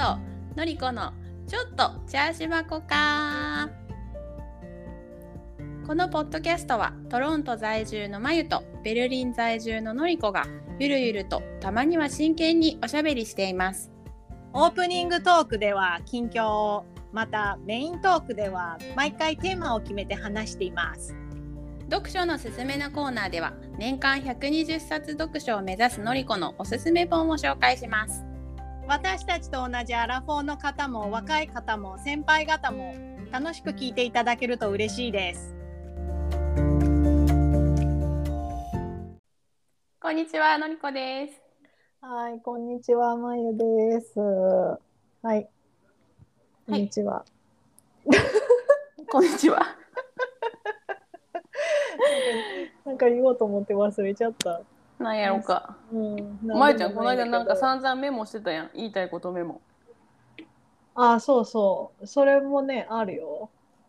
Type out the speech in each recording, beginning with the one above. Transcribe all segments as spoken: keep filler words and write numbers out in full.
とのりこのちょっとチャーシュバコか。このポッドキャストはトロント在住のまゆとベルリン在住ののりこがゆるゆるとたまには真剣におしゃべりしています。 オープニングトークでは近況を、またメイントークでは毎回テーマを決めて話しています。 読書のすすめのコーナーでは年間ひゃくにじゅっさつ読書を目指すのりこのおすすめ本を紹介します。 私たちと同じアラフォーの方も若い方も先輩方も楽しく聞いていただけると嬉しいです。 こんにちは、のりこです。 はい、こんにちは、まゆです。はい、こんにちは。はい、 こんにちは。 なんか言おうと思って忘れちゃった。 なんやろうか。 うん、 まゆちゃん、この間なんか散々メモしてたやん。言いたいことメモ。 あ、そうそう。それもね、あるよ。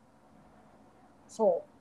そう。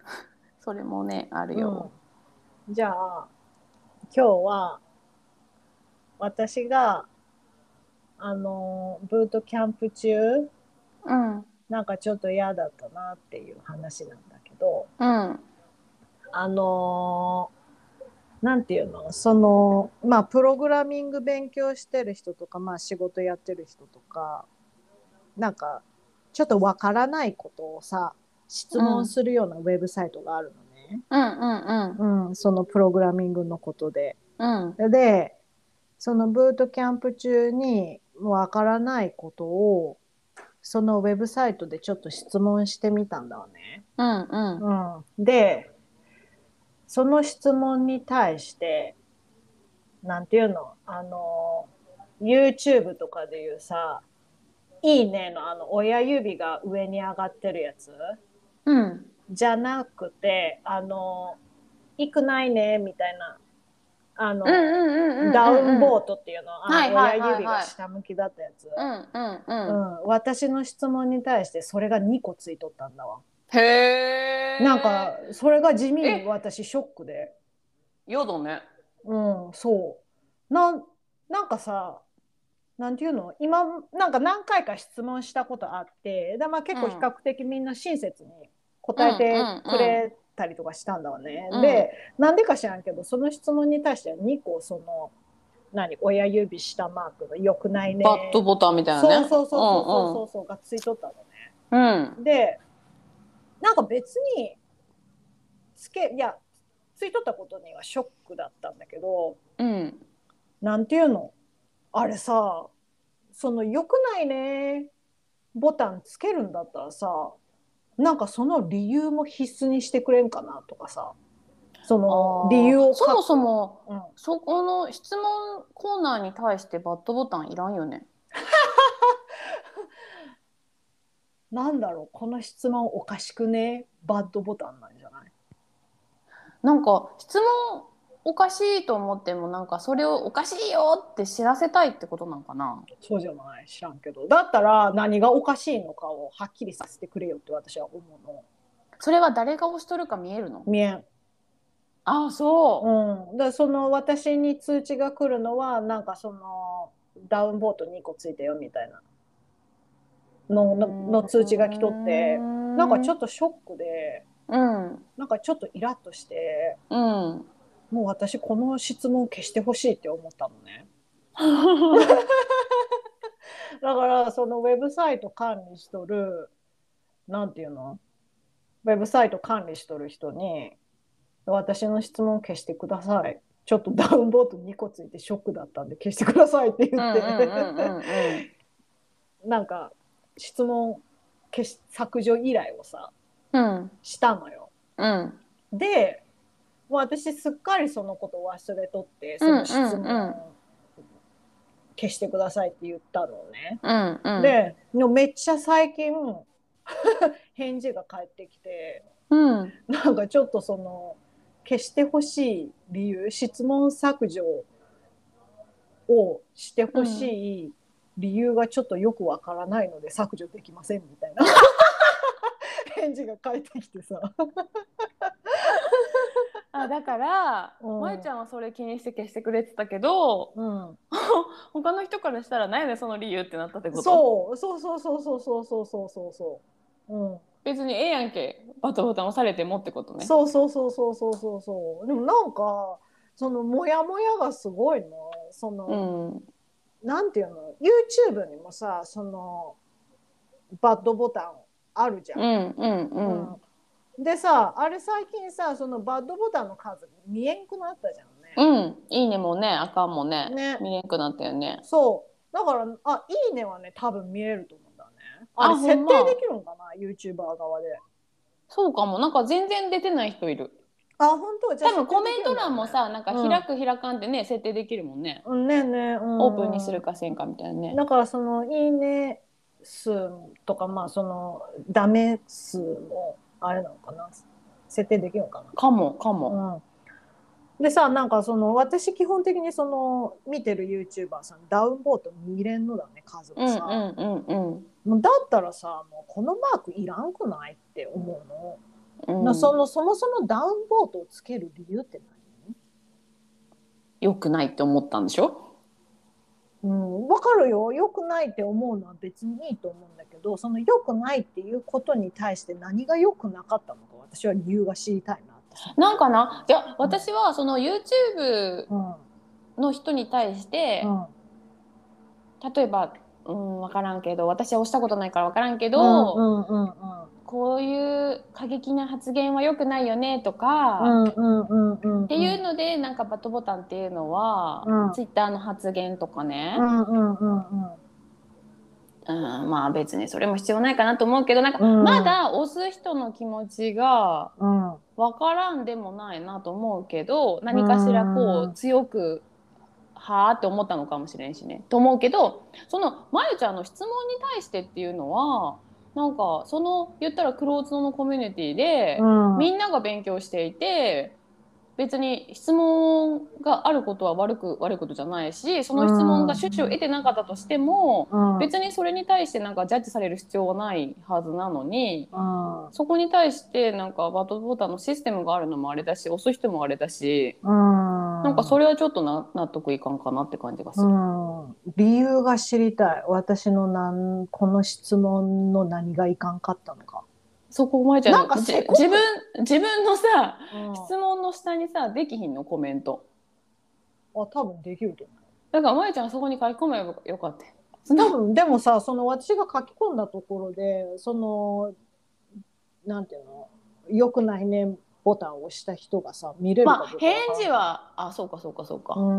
それもね、あるよ。 うん、じゃあ、今日は、私が、あの、ブートキャンプ中、 うん、 なんかちょっと嫌だったなっていう話なんだけど、 うん、 あのなんていうの、そのまあプログラミング勉強してる人とか、まあ仕事やってる人とか、なんかちょっとわからないことをさ質問するようなウェブサイトがあるのね。 うんうんうん、 うん、そのプログラミングのことで。 うん、 で、そのブートキャンプ中にわからないことをそのウェブサイトでちょっと質問してみたんだわね。 うんうん、 うん、で、その質問に対して、なんていうの、あの、YouTube とかでいうさ、いいねのあの親指が上に上がってるやつ、 うん、 じゃなくて、あの、いくないねみたいな、あの、ダウンボートっていうの、あの親指が下向きだったやつ。私の質問に対してそれがにこついとったんだわ。 へー。 なんかそれが地味に私ショックで。 やだね。 うん、そうな。なんかさ、なんていうの、今なんか何回か質問したことあって、で、まあ、結構比較的みんな親切に答えてくれたりとかしたんだわね。うんうんうん、で、なんでか知らんけどその質問に対してはにこその何親指下マークのよくないね、 バットボタンみたいなね、 そうそうそうそうそうそう、うんうん、がついとったのね。 うん、で、なんか別につけいやついとったことにはショックだったんだけど、 うん、 なんていうの、あれさ、その良くないねボタンつけるんだったらさ、なんかその理由も必須にしてくれんかなとかさ、その理由をそもそも、 うん、 そこの質問コーナーに対してバッドボタンいらんよね。 なんだろう、この質問おかしくね、バッドボタンなんじゃない？ なんか質問おかしいと思っても、なんかそれをおかしいよって知らせたいってことなんかな。 そうじゃない、知らんけど。だったら何がおかしいのかをはっきりさせてくれよって私は思うの。 それは誰が押しとるか見えるの？ 見えん。 ああ、そう。うん。だその私に通知が来るのはなんかそのダウンボートにこついたよみたいなの の, の通知が来とって、なんかちょっとショックで、 うん、なんかちょっとイラッとして、 うん、もう私この質問消してほしいって思ったのね。だからそのウェブサイト管理しとる、なんていうの、ウェブサイト管理しとる人に私の質問消してください、ちょっとダウンボートにこついてショックだったんで消してくださいって言ってなんか質問消し削除依頼をさ、うん、したのよ、うん、でもう私すっかりそのこと忘れとって、その質問消してくださいって言ったのね、うんうん、でめっちゃ最近返事が返ってきて、うん、なんかちょっとその消してほしい理由、質問削除をしてほしい理由がちょっとよくわからないので削除できませんみたいな返事が返ってきてさあだからうんまゆちゃんはそれ気にして消してくれてたけどうん他の人からしたら何やねんその理由ってなったってこと？ そうそうそうそうそうそうそうそうそうそう。うん。 別にええやんけバトボタン押されてもってことね。 そうそうそうそうそうそうそう。でもなんかそのモヤモヤがすごいの。そうの、 んなんていうの YouTube にもさそのバッドボタンあるじゃん。 うんうんうんうん、でさあれ最近さそのバッドボタンの数見えんくなったじゃんね。 うんいいねもねあかんもねね。 見れんくなったよね。 そうだからあいいねはね多分見えると思うんだね。あれあ設定でほんまきるのかな YouTuber 側で。 そうかもなんか全然出てない人いる。 あ本当じゃあ多分コメント設定できるんだよね。 欄もさなんか開く開かんってね設定できるもんね。 うん、ねえねえ、 オープンにすうん。 るかせんかみたいなね。 だからそのいいね数とかまあそのダメ数もあれなのかな設定できるのかかもかも。 な。うん。でさなんかその私基本的にその見てる YouTuber さんダウンボート見れんのだね数うんがさ。 うんうんうんもうだったらさもうこのマークいらんくないって思うの。 うんそのそもそもダウンボートをつける理由って良くないって思ったんでしょ？ 何？うん、分かるよ。良くないって思うのは別にいいと思うんだけど、その良くないっていうことに対して何が良くなかったのか私は理由が知りたいなって。 なんかないや私はその YouTube うんの人に対してうん例えばうん分からんけど私は押したことないから分からんけうんど、 うんうんこういう過激な発言は良くないよねとか、 うんうんうんうんっていうのでなんかバットボタンっていうのは、 うんツイッターの発言とかね、 うんうんうんうん、まあ別にそれも必要ないかなと思うけどなんかうんまだ押す人の気持ちがうん分からんでもないなと思うけど何かしらこう強くはあって思ったのかもしれんしねと思うけどそのまゆちゃんの質問に対してっていうのはなんかその言ったらクローズドのコミュニティでうんみんなが勉強していて別に質問があることは悪く悪いことじゃないしその質問が趣旨を得てなかったとしてもうん別にそれに対してなんかジャッジされる必要はないはずなのにうんそこに対してなんかバトルボタンのシステムがあるのもあれだし押す人もあれだしうんなんかそれはちょっとな納得いかんかなって感じがする。 うん、理由が知りたい。私のなんこの質問の何がいかんかったのか。 そこまえちゃんなんかじせこく自分自分のさうん、 質問の下にさできひんのコメントあ多分できると思だからまえちゃんそこに書き込めばよかったう。多分でもさその私が書き込んだところでそのなんていうの良くないねボタンを押した人がさ見れるかどうかまあ返事はあそうかそうかそうか、 うん、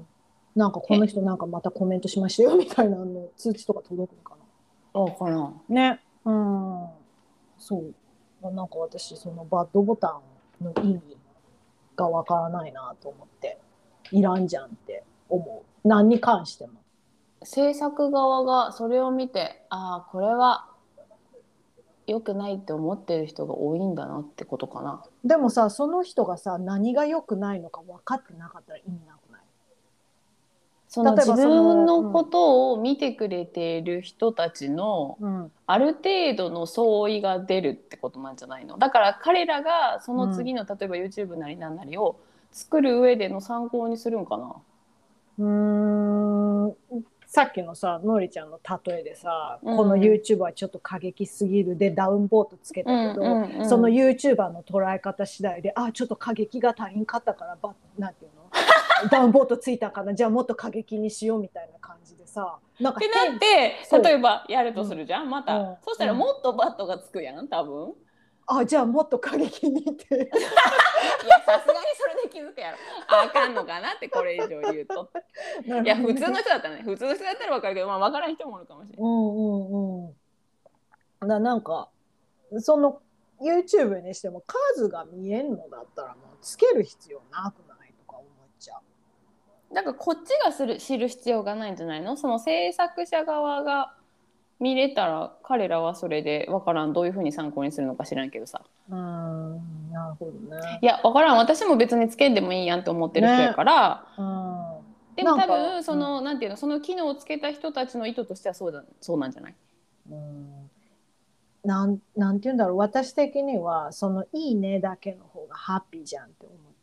なんかこの人なんかまたコメントしましたよみたいなの通知とか届くのかそうかな。 な。ね。うんそうなんか私そのバッドボタンの意味がわからないなと思っていらんじゃんって思う。何に関しても。 制作側がそれを見てああこれは良くないって思ってる人が多いんだなってことかな。 でもさその人がさ何が良くないのか分かってなかったら意味なくない？ その例えばその自分のことを見てくれている人たちの、 うん、 ある程度の相違が出るってことなんじゃないの？だから彼らがその次の、例えば YouTube なりなんなりを作る上での参考にするんかな。 うーんさっきのさのりちゃんの例えでさ、 うん、 この YouTuber はちょっと過激すぎるでダウンボートつけたけど、 うんうんうん、 その YouTuber の捉え方次第であちょっと過激が足りんかったからばなんていうのダウンボートついたかなじゃあもっと過激にしようみたいな感じでさなんかってなって例えばやるとするじゃん、うん、また、うん、そしたらもっとバットがつくやん多分。 あじゃあもっと過激にっていやさすがにそれで気づくやろあかんのかなってこれ以上言うといや普通の人だったらね普通の人だったら分かるけど、まあ、分からん人もいるかもしれない。 うんうんうんななんかその YouTube にしても数が見えんのだったらもうつける必要なくないとか思っちゃう。 だからこっちがする知る必要がないんじゃないの？その制作者側が見れたら彼らはそれで分からんどういうふうに参考にするのか知らんけどさ。 うーんなるほどね。 いや分からん私も別につけんでもいいやんと思ってる人やから、ね、うん、でも多分その、うん、なんていうのその機能をつけた人たちの意図としてはそうだそうなんじゃない？ うんなんなんていうんだろう私的にはそのいいねだけの方がハッピーじゃんって思っ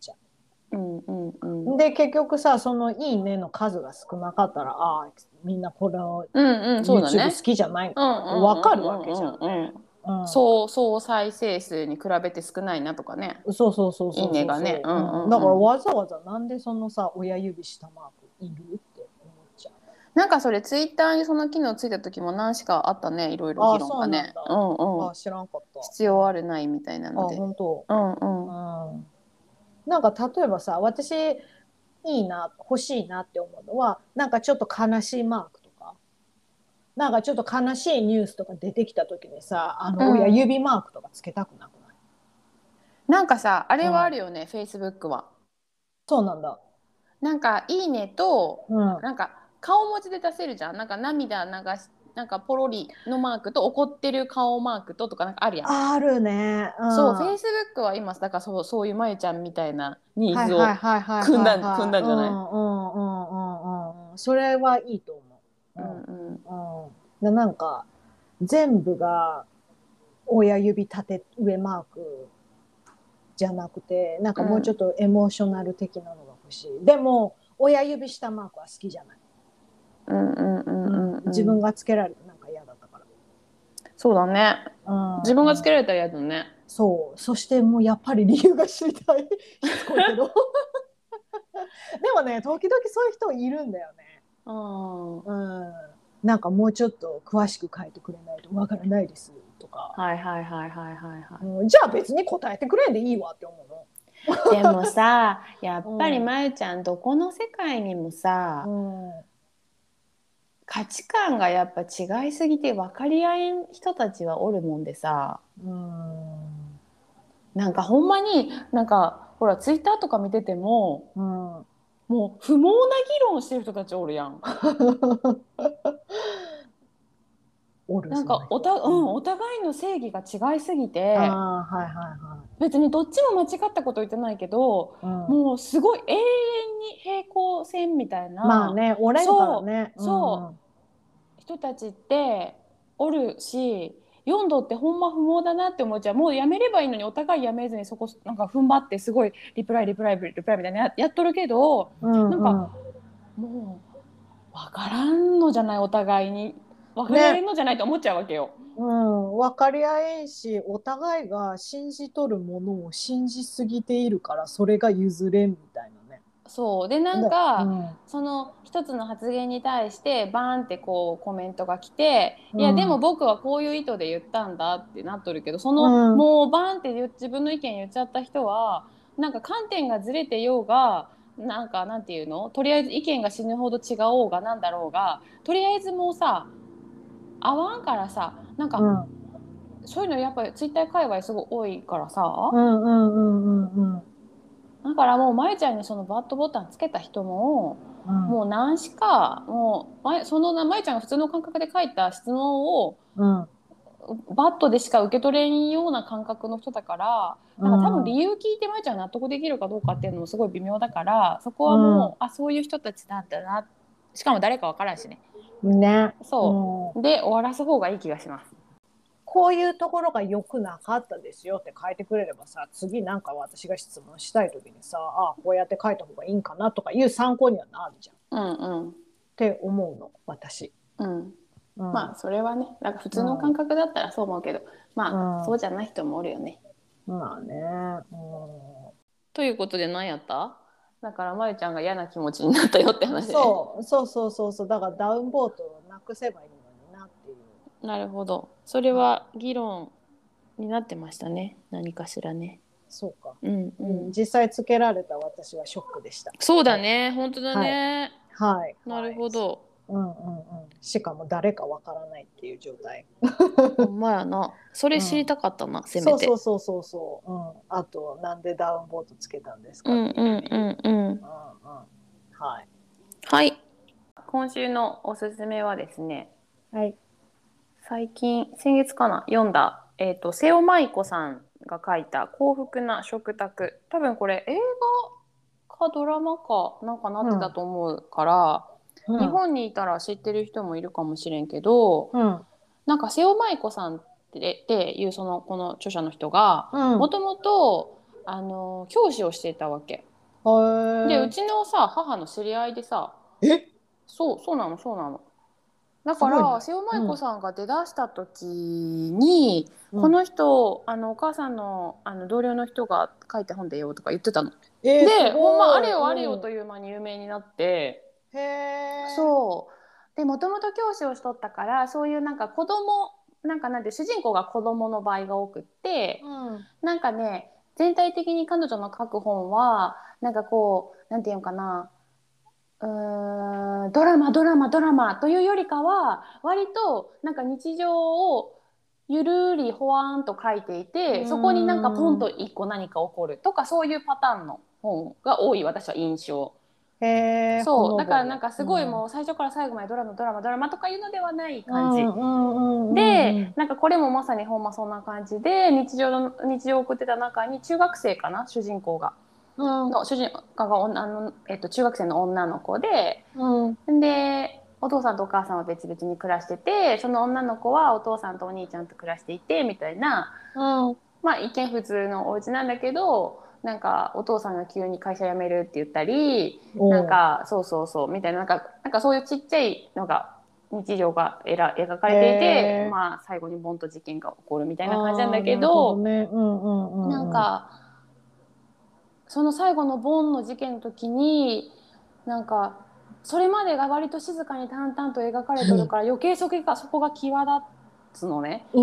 うんうんうんで結局さ、そのいいねの数が少なかったら、ああみんなこのうんうん、そうだ YouTube ね。 好きじゃないんうんうだなって分かるわけじゃんんうんうんうんね。 うん。 うん、 そうそう再生数に比べて少ないなとかね。 そうそうそういいそうそうねがね。うそう、うん、 んうんだからうん。 わざわざなんでそのさ親指下マークいるって思っちゃう。 なんかそれツイッターにその機能ついた時も何しかあったね。いろいろああ議論がね。 そうなんだ。 うんうん。 ああ知らんかった。 必要あるないみたいなああので。 本当。 うんううん。 ん、なんか例えばさ、私いいな欲しいなって思うのはなんかちょっと悲しいマークとか、なんかちょっと悲しいニュースとか出てきた時にさ、あの親うん。 指マークとかつけたくなくない？ なんかさ、あれはあうん、 るよね、Facebook は。 そうなんだ。 なんかいいねと、 うん、 なんか顔文字で出せるじゃん。なんか涙流し、なんかポロリのマークと怒ってる顔マークととかなんかあるやん。 あるね。うん。 そう、 は Facebook は今、だからそう、そういうまゆちゃんみたいないはいニーズをはいはい組んだ、組んはいはい。うだんじゃない？ んうんうんうんうんうん。それはいいとう思う。 んうん。 うん。うん。でなんか、全部が親指立て上マークじゃなくて、なんかもうちょっとエモーショナル的なのが欲しい。でも、親指下マークは好きじゃない。 うんうんうんうん。 うんうん。 自分がつけられてなんか嫌だったかそうだね。 ら。うん自分がつけらうん。 れたら嫌だね。 そう。そしてもうやっぱり理由が知りたい。しつこいけど。でもね、時々そういう人いるんだよね。 うん。はうん。なんかもうちょっと詳しく書いてくれないとわからないですとか。 いはいはいはいはいはうん、じゃあ別に答えてくれんでいいわって思うの。 い。でもさ、やっぱりうんまゆちゃんどこの世界にもさ、 うん、 価値観がやっぱ違いすぎて分かり合えん人たちはおるもんでさ、 うん、 なんかほんまになんかほらツイッターとか見ててもうん。 もう不毛な議論してる人たちおるやん。 おる、 なんそんな人。 かおた、うん、 うん、 お互いの正義が違いすぎあて、 あ、はいはいは別にどっちも間違ったこと言ってないけど、 い。うん。 もうすごい永遠に平行線みたいな、 まあね、折れんからそうね。うん、うそう人たちっておるし、読んどってほんま不毛だなって思っちゃう。もうやめればいいのにお互いやめずにそこなんか踏ん張ってすごいリプライリプライリプライみたいなや、やっとるけど、 ん、 なんかうん。 もう分からんのじゃない、お互いに分かり合えね、 んのじゃないと思っちゃうわけよ。 うん、分かり合えんし、お互いが信じとるものを信じすぎているから、それが譲れんみたいなね。 そうでなんだ、うかん、 その一つの発言に対してバーンってこうコメントが来て、いやでもうん、 僕はこういう意図で言ったんだってなっとるけど、そのうん、 もうバーンって自分の意見言っちゃった人はなんか観点がずれてようが、なんかなんていうの、とりあえず意見が死ぬほど違おうがなんだろうが、とりあえずもうさ合わんからさ、なんかうん、 そういうのやっぱりツイッター界隈すごい多いからさ、 うん、うん、うん、うん、 だからもうまゆちゃんにそのバッドボタンつけた人もうん、 もう何しかもうまそのまゆちゃんが普通の感覚で書いた質問をうん、 バットでしか受け取れんような感覚の人だから、なんか多分理由聞いてまゆちゃんが納得できるかどうかっていうのもすごい微妙だから、そこはもうあそういう人たちなんだな、しかも誰かわからんしね、 うん、ね、うそん。 うで終わらす方がいい気がします。 こういうところが良くなかったですよって書いてくれればさ、次なんか私が質問したい時にさ、あこうやって書いた方がいいんかなとかいう参考にはなるじゃんっうんうんて思うの、私。 うん。 うん。 まあそれはね、なんか普通のうん。 感覚だったらそう思うけど、 うまあそうん。 じゃない人もおるよね。 まあね。うということで何やった？だからまゆちゃんが嫌な気持ちになったよってん、 話ね。 そうそうそうそうそう。だからダウンボートをなくせばいいのになっていう。 なるほど。それは議論になってましたね。何かしらね。 そうか。 うんううん。 ん。 実際つけられた私はショックでした。 そうだはい。 ね。本当だはい。 ね。 はい。 なるはい。 ほど。 うんうんうん。しかも誰かわからないっていう状態。 ほんまやな。それ知りうん。 たかったな、せめそうそうて。 そうそうそう。うん。あと、なんでダウンボートつけたんですかっていう。 うんうんうんうん。 うんうん。はい。 はい。今週のおすすめはですね、 はい。 最近、先月かな、読んだ、えっと、瀬尾舞子さんが書いた幸福な食卓。多分これ映画かドラマかなんかなってたと思うから、 うん。 日本にいたら知ってる人もいるかもしれんけど、 うん。 なんか瀬尾舞子さんってっていうそのこの著者の人がうん。 もともとあの教師をしていたわけ。 はでうい。 ちのさ母の知り合いでさ、 え、 そうそうなのそうなの。だかすごいね。 ら瀬尾舞子うん。 さんが出だした時に、 うん。 この人あのお母さんの、あの同僚の人が書いた本でよとか言ってたの。 えー、すでほんまあごい。 れよあれようん。 という間に有名になって、 へえ。 そうでもともと教師をしとったから、そういうなんか子供なんかなんて主人公が子供の場合が多くって、 うん。 なんかね全体的に彼女の書く本はなんかこうなんていうのかな、うーんドラマドラマドラマというよりかは割となんか日常をゆるりほわんと書いていうて、そこになんかポンーん。 と一個何か起こるとか、そういうパターンの本が多い、私は印象。 へえ、ほそうだからのぼの。 なんかすごいうん。 もう最初から最後までドラマドラマドラマとかいうのではないう感じんうんうんうんうん。 で、なんかこれもまさにほんまそんな感じで、日常の日常を送ってた中に中学生かな、主人公がうんの主人公が女の、えっと、中学生の女の子で、 うんでお父さんとお母さんは別々に暮らしてて、その女の子はお父さんとお兄ちゃんと暮らしていてみたいな、 うん。 まあ一見普通のお家なんだけど、なんかお父さんが急に会社辞めるって言ったり、なんおう。 かそうそうそうみたいな、なんかなんかそういうちっちゃいのが日常が描かへれていて、 え。 まあ最後にボンと事件が起こるみたいな感じなんだああ、なるほどけど、 ね。うんうんうなんんうん。 かその最後のボンの事件の時に、なんかそれまでが割と静かに淡々と描かれてるから余計そこがそこが際立つのね。 うん。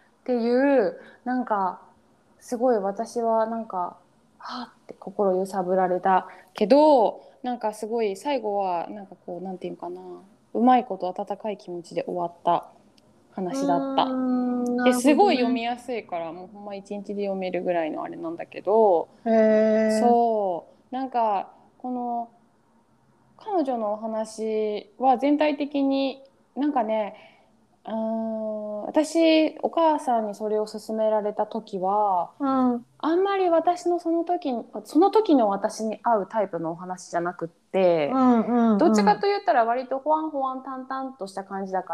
っていうなんかすごい私はなんかはあって心揺さぶられたけど、なんかすごい最後はなんかこうなんていうかな、うまいこと温かい気持ちで終わったう話だった。 ーん、なるですごい読ほどね。 みやすいからもうほんま一日で読めるぐらいのあれなんだけど、 へえ。 そうなんかこの彼女のお話は全体的になんかね、うーん私お母さんにそれを勧められた時はうん。うんあんまり私のその時その時の私に合うタイプのお話じゃなくっうて、 んどっちかうん。 と言ったら割とほわんほわん淡々とした感じだから、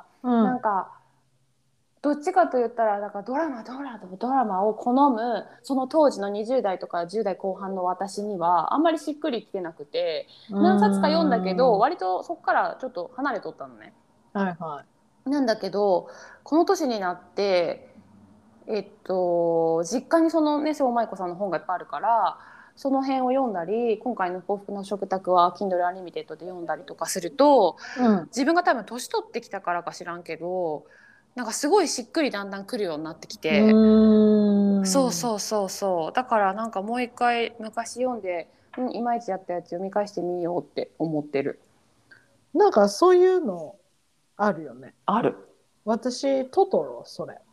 うん。 なんかどっちかと言ったらなんかドラマドラマドラマを好むその当時のにじゅう代とかじゅう代後半の私にはあんまりしっくりきてなくて、 うー何冊か読んだけどん。 割とそこからちょっと離れとったのね。 はいはい。 なんだけどこの年になってえっと実家にそのね瀬尾舞子さんの本がいっぱいあるから、その辺を読んだり、今回の幸福の食卓は Kindle Unlimited で読んだりとかすると、 うん。 自分が多分年取ってきたからか知らんけど、なんかすごいしっくりだんだんくるようになってきうて、そうーん。 そうそうそう、だからなんかもう一回昔読んで、うん、いまいちやったやつ読み返してみようって思ってる。 なんかそういうのあるよね。 ある。 私、トトロ、それ。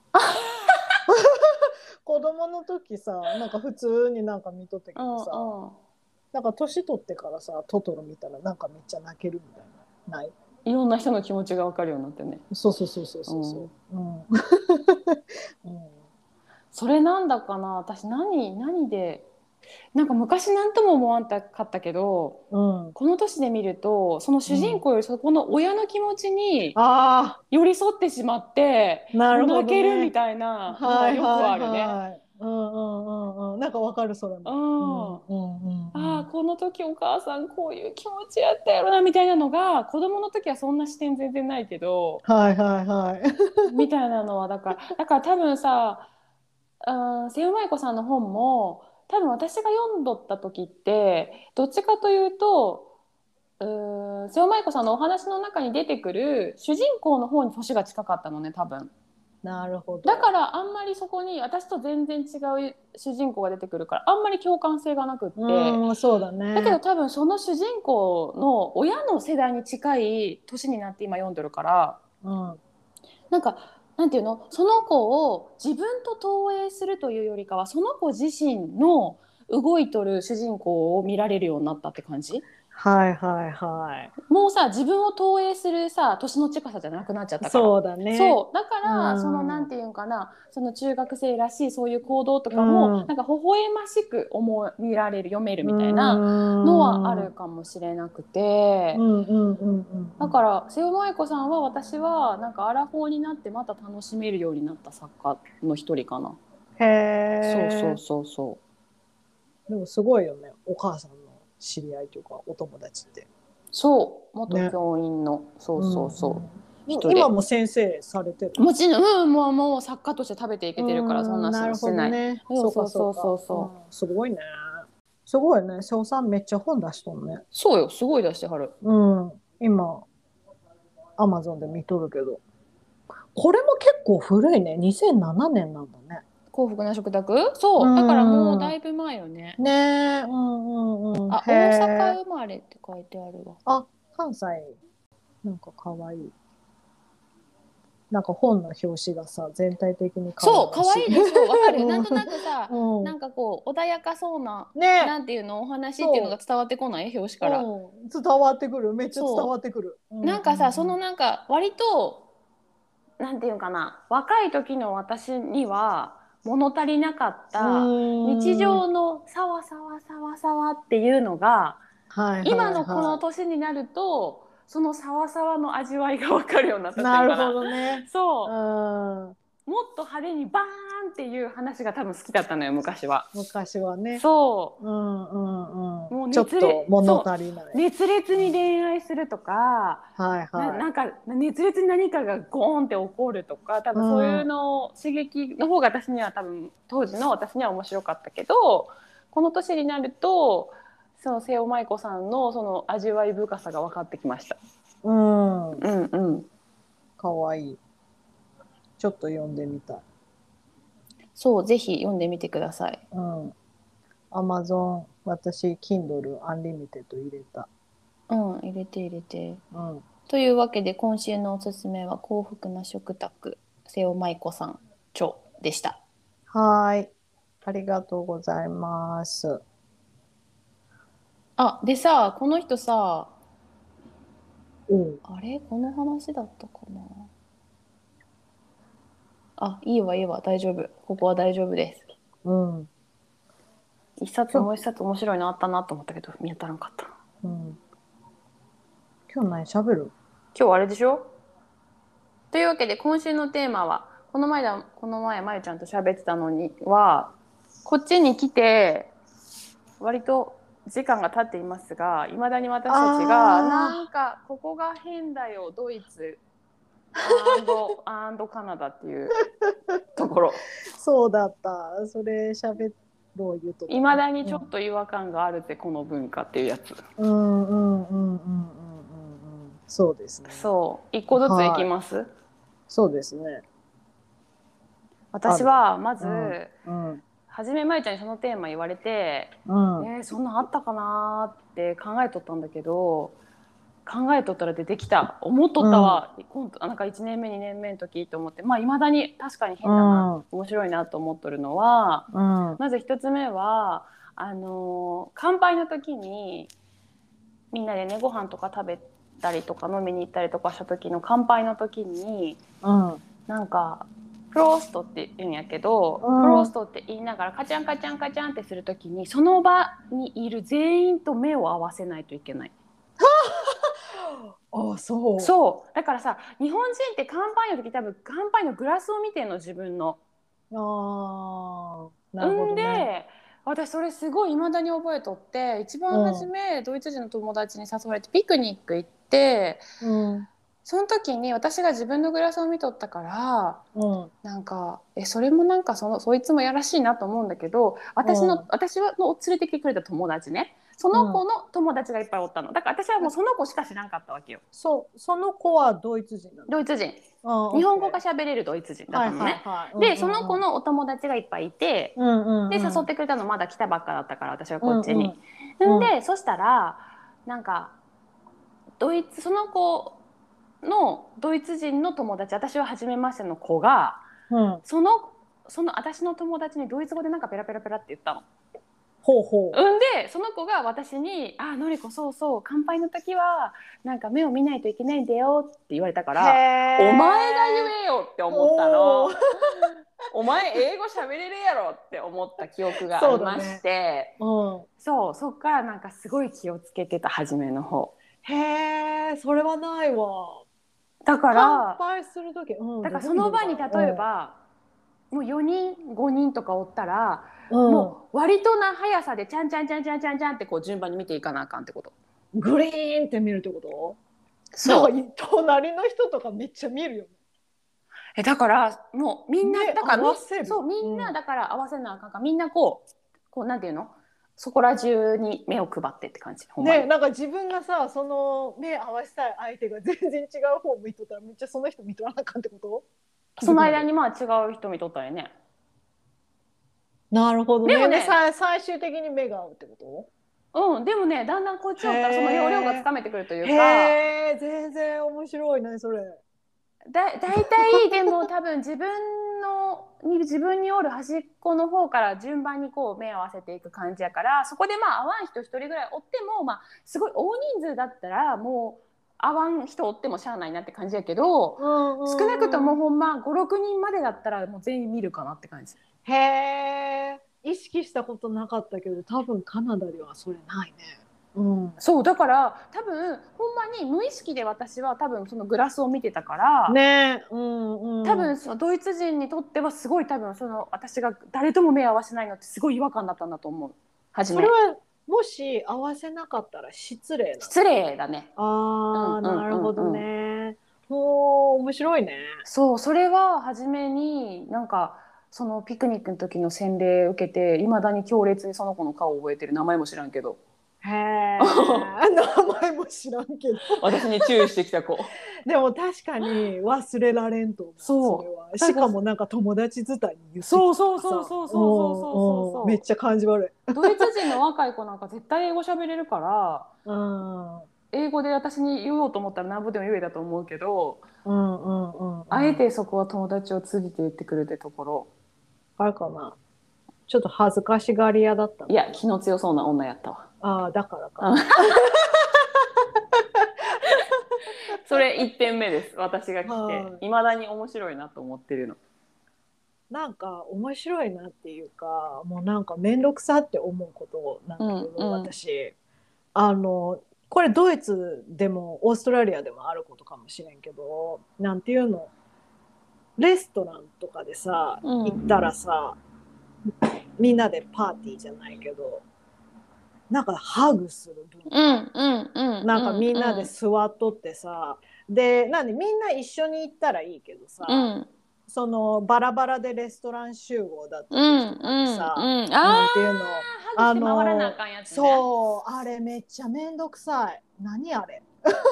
子供の時さ、なんか普通になんか見とったけうんどさ、 うん。 なんか年取ってからさ、トトロ見たらなんかめっちゃ泣けるみたいな。ない？ いろんな人の気持ちが分かるようになってね。 そうそうそうそううん。 そう。うん。うん。 それなんだかな、私何何で、なんか昔なんとも思わんかったけど、 うん。 この年で見るとその主人うん。 公よりそこの親の気持ちにああ、 寄り添ってしまってもうなるほ泣けるみどね。 たいなのはよくはいはいあるね。 はい。うんうんうんうん。なんかわかる、それうも。うんん。 うんうんうああん。 この時お母さんこういう気持ちやったやろなみたいなのが、子供の時はそんな視点全然ないけどはいはいはい。 みたいなのは、だからだから多分さ、うん、瀬尾舞子さんの本も多分私が読んどった時ってどっちかというと、うーん瀬尾舞子さんのお話の中に出てくる主人公の方に年が近かったのね多分。 なるほだかど。 らあんまりそこに私と全然違う主人公が出てくるからあんまり共感性がなくっうて、 ーん、そうだだけどね。 多分その主人公の親の世代に近い年になって今読んでるから、 うん。 なんかなんていうの、その子を自分と投影するというよりかはその子自身の動いとる主人公を見られるようになったって感じ。 はいはいはもうさ自分を投影するさ年の近さじゃなくなっちゃっい。 たから。 そうだね。 そうだかうらそのなんん。 ていうんかな、その中学生らしいそういう行動とうかもん。 なんか微笑ましく思見られる読めるうみたいなのはあん。うんるかもしれなくて、 うんうんうんうん。 だから瀬尾麻衣子さんは私はなんかアラフォーになってまた楽しめるようになった作家の一人かな。 へそうそうえ。 そうそでもすごいよね。お母さんの知り合いというか、お友達って。 そう元ね。 教員の、そうそうそう、 うんうん人で今も先生されてる。 もちろん、うん、もうもう作家として食べていけてるから、そんなうん、なるほしない。 どね。 そうそうそうそうそかそうか。 うそう。 うん、すごいね。すごいね。瀬尾さんめっちゃ本出しとんね。 そうよ、すごい出してはる。 うん。今、アマゾンで見とるけど。これも結構古いね。にせんななねんなんだね。 幸福な食卓うそう。だからもうだん。 いぶ前よね。 ねえ、うんうんうん。 あ、 へ大え。 阪生まれって書いてあるわ。 あ、関西。なんかかわいい。なんか本の表紙がさ、全体的に可愛そう、可らしい。 愛いでしょ。わかる。なんとなうんくさ、 うん。 なんかこう、穏やかそうな、 ね、 なんていうの、お話っていうのがそ伝わってこない表紙う。 から。 うん。伝わってくる。めっちゃ伝わそってくる。うう。 んうなんかさ、そんうん。 のなんか、割と、なんていうかな、若い時の私には物足りなかっうた日ーん。 常のさわさわさわさわっていうのが、 はい今のこのはいは年になると、そのさわさわの味わいが分かるようになっい。 たっていなるほうかな。 どね。うそん。 う。もっと派手にバーンっていう話が多分好きだったのよ、昔は。 昔はね。 そうんうんう。もううん。ちょっ熱烈、 と物そ足りない。 う。熱烈にうん、 恋愛するとか、 はいはい。 ななんか熱烈に何かがゴーンって起こるとか、多う分そういうん。 のを刺激の方が私には多分当時の私には面白かったけど、この年になるとその瀬尾舞子さんのその味わい深さが分かってきました。 うん。 うんうん。 かわいい。ちょっと読んでみたい。 そう、ぜひ読んでみてください。 うん。アマゾン、私、Kindle Unlimited 入れた。 うん、入れて入れて。 うん。 というわけで今週のおすすめは幸福な食卓瀬尾舞子さん著でした。 はーい。ありがとうございます。 あ、でさ、この人さ、 うん。 あれこの話だったかな。あ、いいわいいわ、大丈夫。ここは大丈夫です。 うん。 一冊今日、 もう一冊面白いのあったなと思ったけど、見当たらなかった。 うん。今日何喋る？ 今日あれでしょ。というわけで今週のテーマは、この前だ、この前まゆちゃんと喋ってたのには、こっちに来て、割と時間が経っていますが、いまだに私たちが、なあんかここが変だよ、ドイツ、アンド、アンドカナダっていうところ。 あ、そうだった。それ喋ろう言うとったね。 いまだにちょっと違和感があるぜ、この文化っていうやつ。 うんうんうんうんうんうんうん。そうですね。 そう、一個ずついきはい。 ます。 そうですね。あ私る。 はまず、 うんうん。 はじめまゆちゃんにそのテーマ言われて、 うん。 えー、そんなんあったかなって考えとったんだけど、考えとったら出てきた、思っとったうん。 わ、今度なんかいちねんめにねんめの時と思って、まあいまだに確かにう変だな、 ん。 面白いなと思っとるのは、 うん。 まず一つ目はあのー乾杯の時にみんなでねご飯とか食べたりとか飲みに行ったりとかした時の乾杯の時に、 うん。 なんかプローストって言うんやけど、 うん。 プローストって言いながらカチャンカチャンカチャンってする時にその場にいる全員と目を合わせないといけない。 あ、そそうだからさ、日本人って乾杯の時多分乾杯のグラスを見てんの、自分の。 う。ああ、なるほんどね。 で私それすごい未だに覚えとって、一番初うん。 めドイツ人の友達に誘われてピクニック行って、 うん。 その時に私が自分のグラスを見とったから、 うん。 なんかえそれもなんかそのそいつもやらしいなと思うんだけど、私のうん。 私の連れてきてくれた友達ね、そうん。 の子の友達がいっぱいおったの。だから私はもうその子しか知らんかったわけよ。 そう、その子はドイツ人なの？ ドイツ人、 ああ、オッケ日本語が喋れるドイツ人ー。はいだったのね。 はいはい。うんでその子うんうん。 のお友達がいっぱいいて、 うんうで誘んうん。 ってくれたのまだ来たばっかだったから、私はうんうこっちに。 ん。うん。 んでそしたらなんかドイツその子のドイツ人の友達、私は初めましての子が、 うん。 そのその私の友達にドイツ語でなんかペラペラペラって言ったの。 ほうほうんでその子が私に「あのりこ、そうそう乾杯の時はなんか目を見ないといけないんだよ」って言われたかう。へら、お前がえ。 言えよって思ったの。 おお。 お前英語喋れるやろって思った記憶があそうりましだね。 て、 うん。 そうそっからなんかすごい気をつけてた、初めの方。 へえ、それはないわ。 だか乾ら杯するとき、うん、 だからどこにいるかその場に例えな。 ばもうよにんごにんとかおったら、 うん、 もう割とな速さでちゃんちゃんちゃんちゃんちゃんちゃんってこう順番に見ていかなあかんってこと。 グリーンって見るってこと？ そうなんか隣の人とかめっちゃ見るよね。 えだからもうみんな目だから合わせる。 そうみんうなんだから合わせなあかんから、みんなこうこうなんていうの、そこら中に目を配ってって感じ。ほんまにね、なんか自分がさ、その目合わせたい相手が全然違う方向いとったらめっちゃその人見とらなあかんってこと？ その間にまあ違う人見とったりね。 なるほどね。 でもねでさ最終的に目が合うってこうん、でもねだんだんこっちおったらその要領がつかめてくるといと？ うか、 へえ、全然面白いねそれ。 だだいたいでも多分自分のに自分におる端っこの方から順番にこう目を合わせていく感じやから、そこでまあ合わん人一人ぐらいおっても、まあすごい大人数だったらもう合わん人おってもしゃあないなって感じやけど、 うんうん、 少なくともほんまごろくにんまでだったらもう全員見るかなって感じ。 へえ、意識したことなかったけど多分カナダではそれないね。うん、 そうだから多分ほんまに無意識で私は多分そのグラスを見てたから、 ね、うんうん、 多分そのドイツ人にとってはすごい多分その私が誰とも目を合わせないのってすごい違和感だったんだと思う。初めそれはもし合わせなかったら失礼な。 失礼だね。 ああ、 うんうんうんうん、 なるほどね。ほう、面白いね。 そうそれは初めになんかそのピクニックの時の洗礼受けていまだに強烈にその子の顔を覚えてる。名前も知らんけど。 へえ、名前も知らんけど。 私に注意してきた子。 でも確かに忘れられんと思う。 そうそれはしかもなんか友達伝いに言ってきたそうそうそうそうそうそうそうそう、 めっちゃ感じ悪い。 ドイツ人の若い子なんか絶対英語喋れるから、 うん、 英語で私に言おうと思ったら何ぼでも言えたと思うけど、 うんうんうん、うん、 あえてそこは友達を通じて言ってくるってところ。 あれかな、ちょっと恥ずかしがり屋だったの？ いや気の強そうな女やったわ。 ああ、だからか。 それいってんめです。私が来はいていまだに面白いなと思ってるの。 なんか面白いなっていうか、もうなんか面倒くさって思うことなんだけど、 うんうん、 私あのこれドイツでもオーストラリアでもあることかもしれんけど、なんていうの、レストランとかでさ、 うん、 行ったらさ、みんなでパーティーじゃないけどなんかハグする文化、 うんうんうん、 なんかみんなで座っとってさ、でなんでみんな一緒に行ったらいいけどさ、 うん、 そのバラバラでレストラン集合だったうん時とかにさ、 うんうん、 なんていうの、 ハグして回らなあかんやつね。 そうあれめっちゃめんどくさい。何あれ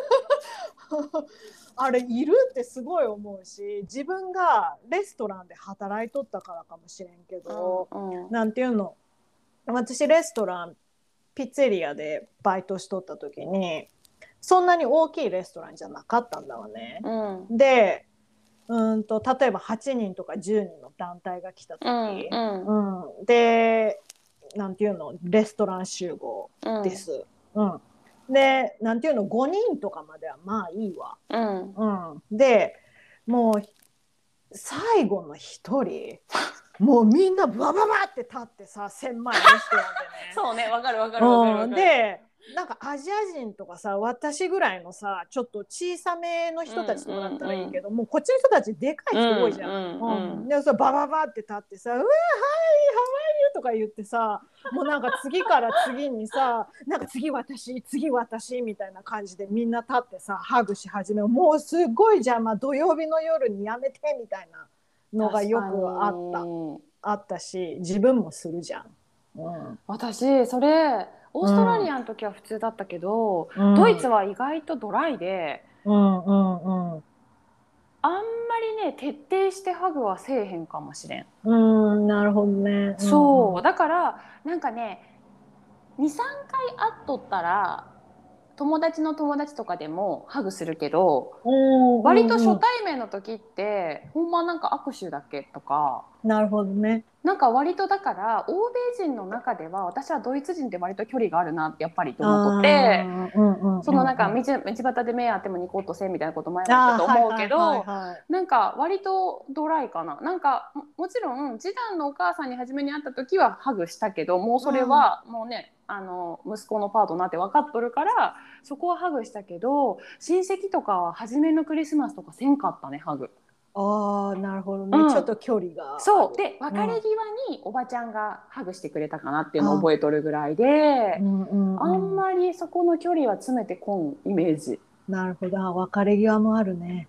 あれいるってすごい思うし、自分がレストランで働いとったからかもしれんけど、 うんうん、 なんていうの、私レストランピッツェリアでバイトしとった時にそんなに大きいレストランじゃなかったんだわね、 うん、 でうんと例えばはちにんとかじゅうにんの団体が来た時、 うんうんうん、でなんていうのレストラン集合です、うんうん、でなんていうのごにんとかまではまあいいわ、 うんうん、でもう最後のひとりもうみんなバババって立ってさ、千枚レストランでねそうね、わかるわかるわかるわかる、 うん、でなんかアジア人とかさ、私ぐらいのさちょっと小さめの人たちとかだったらいいけど、うんうんうん、もうこっちの人たちでかい人多いじゃん、うんうんうん、でそバババって立ってさ「うわはいハワイユ」とか言ってさ、もうなんか次から次にさなんか次私次私みたいな感じでみんな立ってさハグし始める。もうすごいじゃん、まあ、土曜日の夜にやめてみたいなのがよくあったあったし、自分もするじゃん、うん、 私それオーストラリアの時は普通だったけど、うん、ドイツは意外とドライで、うんうんうん、あんまりね徹底してハグはせえへんかもしれん。 うん、なるほどね、 そう、 うんうん、 だからなんかね にさんかい会っとったら友達の友達とかでもハグするけど、うんうんうん、割と初対面の時ってほんまなんか握手だけとか。 なるほどね。 なんか割とだから欧米人の中では私はドイツ人って割と距離があるなってやっぱりと思って、そのなんか道端で目あってもニコッとせんみたいなこと前も言ったと思うけど、なんか割とドライかな。なんかもちろん次男のお母さんに初めに会った時はハグしたけど、もうそれはもうね、あの息子のパートナーって分かっとるからそこはハグしたけど、親戚とかは初めのクリスマスとかせんかったねハグ。 ああ、なるほどね、 うん、 ちょっと距離がある。 そうで別れ際におばちゃんがハグしてくれたかなっていうのを覚えとるぐらいで、 うんうんうん、 あんまりそこの距離は詰めてこんイメージ。 なるほど、あ、別れ際もあるね。 うん、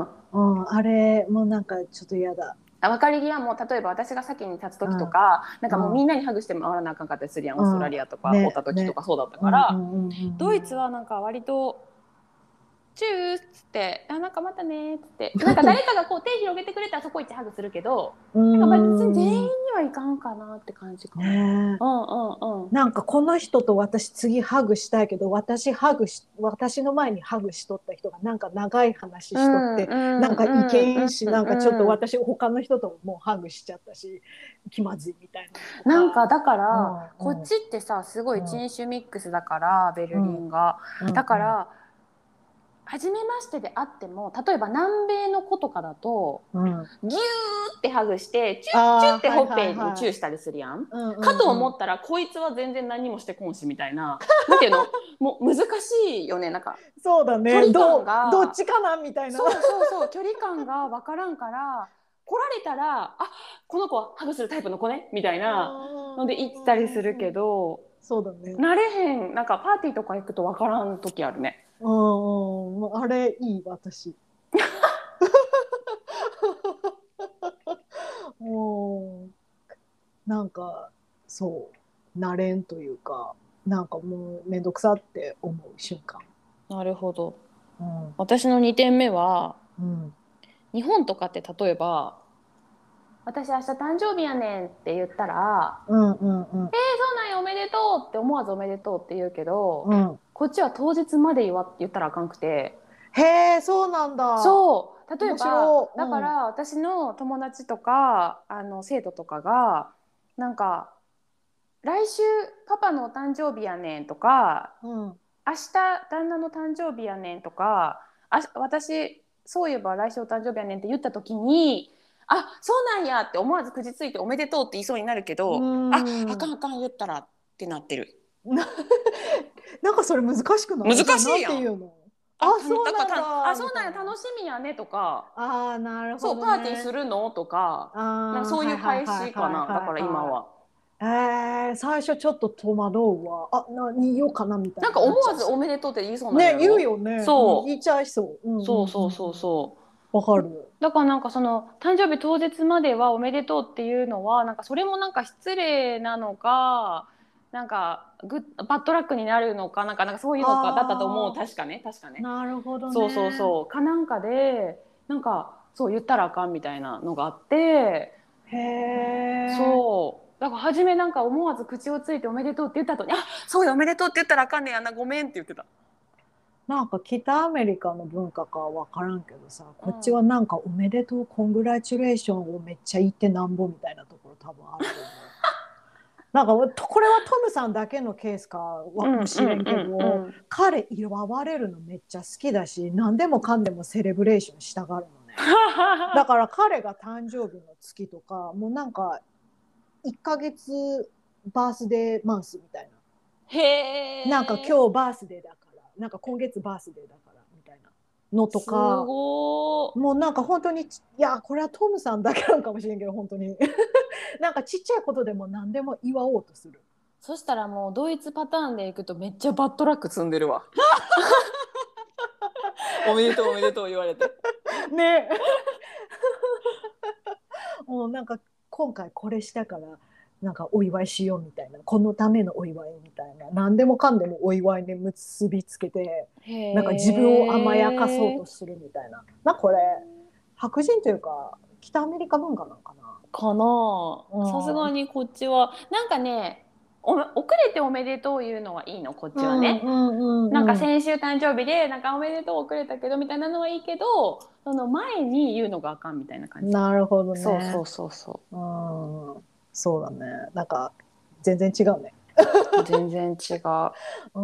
うん、あれもうなんかちょっと嫌だ。 別れ際も例えば私が先に立つ時とうんか、なんかもうみうんんなにハグしてもらわなあかんかったりするやん、オーストラうん、 リアとかおっねた時とね、 かそうだったうんうから、 んうんうんドイツはなんか割とチューっつってあなんかまたねっつってなんか誰かがこう手広げてくれたらそこ行ってハグするけど、 うなんか別に全員ん、 にはいかんかなって感じかな。 ねえ、 うんうんうん。 なんかこの人と私次ハグしたいけど、私ハグし私の前にハグしとった人がなんか長い話しとっうんうて、 んなんかいけんし、 うんなんかちょっとうん。 私他の人ともうハグしちゃったし気まずいみたいなのとか。 なんかだかうらんうんこっちってさすごいうん人種ミックスだからベルリうんンが、 うんだから初めましてであっても例えば南米の子とかだとうん、 ギューってハグしてチュッチュッああ、はいってほっはいはい。 ぺにチューしたりするやん。 うんうかとんうん。 思ったらこいつは全然何もしてこんしみたいな、なんていうの、もう難しいよね、なんかそうだね。 距離感どう、どっが。 ちかなみたいな。 そうそうそう、距離感が分からんから来られたらあこの子はハグするタイプの子ねみたいなので行ったりするけど、 そうだね。 慣れへん、なんかパーティーとか行くと分からん時あるね。 うんうん、あれいい、私。もう、なんか、そう、慣れんというか、なんかもうめんどくさって思う瞬間。 なるほど。 うん。 私のにてんめはうん。 日本とかって例えば私明日誕生日やねんって言ったらうんうんうん。 「えー、そうなんやおめでとう」って思わず「おめでとう」って言うけど、 うん。 こっちは当日まで言わ言ったらあかんくて。 へえ、そうなんだ。 そう例え面ば白い。 だから私の友達とかあの生徒とかがなんか「来週パパのお誕生日やねん」とかうん。うん。 「明日旦那の誕生日やねん」とかあ私そういえば来週お誕生日やねんって言った時にあそうなんやって思わず口ついておめでとうって言いそうになるけうど、ああかんん。 あかん言ったらってなってる。 な、なんかそれ難しくな難い？じゃあなんしいやん。 て言うの？あ、 あたそうなんだからたあだみたいな。 そうなんや楽しみやねとか、 ああ、なるほそうどパーティーすね。 るのとか、なんかああ、 そういうはいはい返しかはいはいな、だからはいは今は。 い。えー、最初ちょっと戸惑うわ。あ、何言おうかなみたいなんかになっちゃいそ思わずおめでとうって言いそうう。 になるね、言うやろ。 よね。うん、言そっちゃいそう。ううんうんうんそうそうそううん。 そう。 わかる。 だからなんかその誕生日当日まではおめでとうっていうのはなんかそれもなんか失礼なのか、なんかグッバッドラックになるのか、なんかなんかそういうのかだったと思う。 あ確かね確かあ、 ね。 なるほどそうそうね。 そうかなんかでなんかそう言ったらあかんみたいなのがあって、 へえ。 そうだから初めなんか思わず口をついておめでとうって言った後にあそうやおめでとうって言ったらあかんねやなごめんって言ってた。 なんか北アメリカの文化かわからんけどさ、 うん、 こっちはなんかおめでとう、コングラチュレーションをめっちゃ言ってなんぼみたいなところ多分あると思う。なんかこれはトムさんだけのケースかうんもしれんけうんうど、 んうん。 彼祝われるのめっちゃ好きだし、何でもかんでもセレブレーションしたがるのね。だから彼が誕生日の月とかもうなんかいっかげつバースデーマンスみたいな。 へなんかえ。 今日バースデーだからなんか今月バースデーだからみたいなのとすか、 ごー。 もうなんか本当にいやこれはトムさんだけなのかもしれんけど本当になんかちっちゃいことでも何でも祝おうとする。 そしたらもうドイツパターンでいくとめっちゃバッドラック積んでるわ。おめでとうおめでとう言われて。 ねもうなんか今回これしたからなんかお祝いしようみたいな、このためのお祝いみたいな、何でもかんでもお祝いに結びつけてなんか自分を甘やかそうとするみたいな、なこれ白人というか北アメリカ文化なのかな。 かな。さすうんがにこっちはなんかねお遅れておめでとう言うのはいいのこっちはうんね。 うんうんなんかうん。 先週誕生日でなんかおめでとう遅れたけどみたいなのはいいけど、その前に言うのがあかんみたいな感じ。 なるほどそうそね。 うそうそうん。そうだね。なんか全然違うね。 う。全然違う。 うん。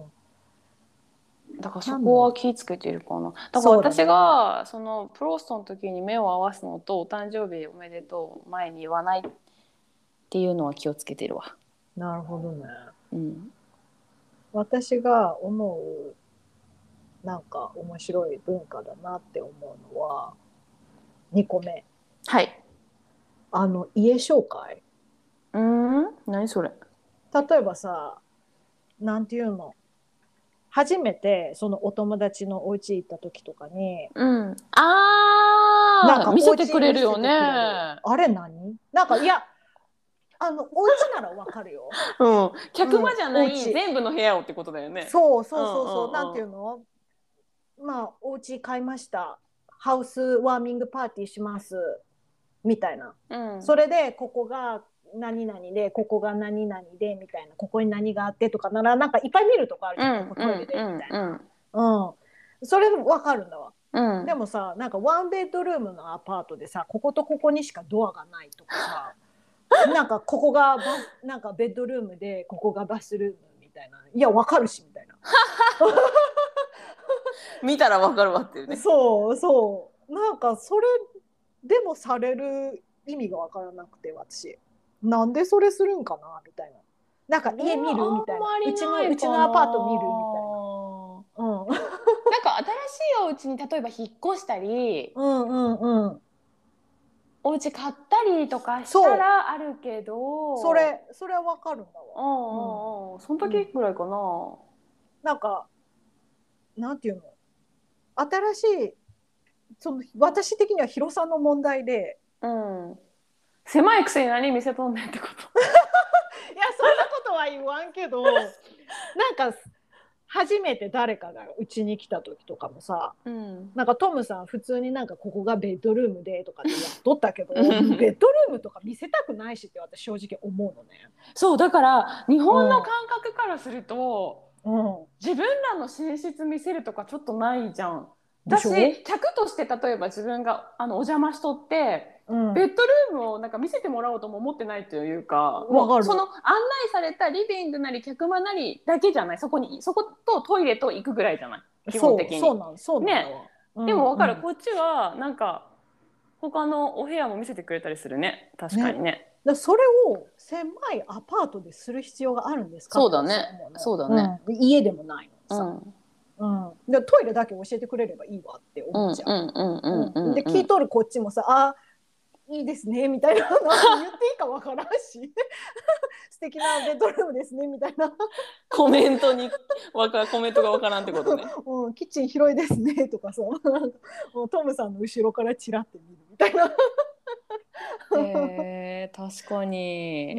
だからそなんだろう。 こは気ぃつけてるかな。だから私そうだね。 がそのプロストの時に目を合わすのとお誕生日おめでとう前に言わないっていうのは気をつけてるわ。 なるほどね。 うん。 私が思うなんか面白い文化だなって思うのは、 にこめ。 はい。 あの、家紹介。 うーん、何それ。 例えばさ、なんていうの、初めてそのお友達のお家行った時とかに、 うん。 なんああ、見せてかお家くれるよ見せてくれる。 ね。 あれ何なんか、いや、あの、お家ならわかるよ。 うん。客うん、 間じゃないお家。 全部の部屋をってことだよね。 そううんそうそうそう、なんうんうん。 ていうの、まあ、お家買いました。ハウスワーミングパーティーします。みたいな。 うん。 それで、ここが何々で、ここが何々で、みたいな。ここに何があってとかなら、なんかいっぱい見るとこあるじゃん。こうんうこトイレで、みんうんたいな。 うん。 うん。それわかるんだわ。 うん。 でもさ、なんかワンベッドルームのアパートでさ、こことここにしかドアがないとかさ、なんかここがバなんかベッドルームで、ここがバスルームみたいな。いや、わかるし、みたいな。 見たらわかるわっていうね。 そうそう。なんかそれでもされる意味がわからなくて、私。なんでそれするんかなみたいな。なんか家見るみたいな。 あんまりうちの、 ないかな。 うちのアパート見るみたいな。うん。 なんか新しいお家に例えば引っ越したり、 うんうんうん。 お家買ったりとかしたそう。 らあるけど、 それ、それはわかるんだうんわ。 うんうん、そのうん。うん。 時ぐらいかな。 なんか、なんていうの、新しい、その私的には広さの問題で、 うん。狭いくせに何見せとんねんってこと。 いや、そんなことは言わんけど、なんか、初めて誰かがうちに来た時とかもさ、 うん。 なんかトムさん普通になんかここがベッドルームでとかってやっとったけど、ベッドルームとか見せたくないしって私正直思うのね。 そうだから日本の感覚からすると、 うん。 自分らの寝室見せるとかちょっとないじゃん。 でしょ？ 私客として例えば自分があのお邪魔しとって、 うん。 ベッドルームをなんか見せてもらおうとも思ってないというか、 わかる。 もうその案内されたリビングなり客間なりだけじゃない、そこにそことトイレと行くぐらいじゃない基本的に。 そう、そうなん、そうなんだわ。 ね、 うんでも分かる、 うん、 こっちはなんか他のお部屋も見せてくれたりするね、確かにね。 ね。だそれを狭いアパートでする必要があるんですかってそうだね、そうだね。 うん、家でもないのさ。 うんうん、でトイレだけ教えてくれればいいわって思っちゃう。で聞いとるこっちもさ、あいいですねみたいな、なんか言っていいかわからんし素敵なベッドルームですねみたいなコメントにわかコメントがわからんってことね。 うん、キッチン広いですねとかさ、もうトムさんの後ろからチラって見るみたいなへえー、確かに、 うん、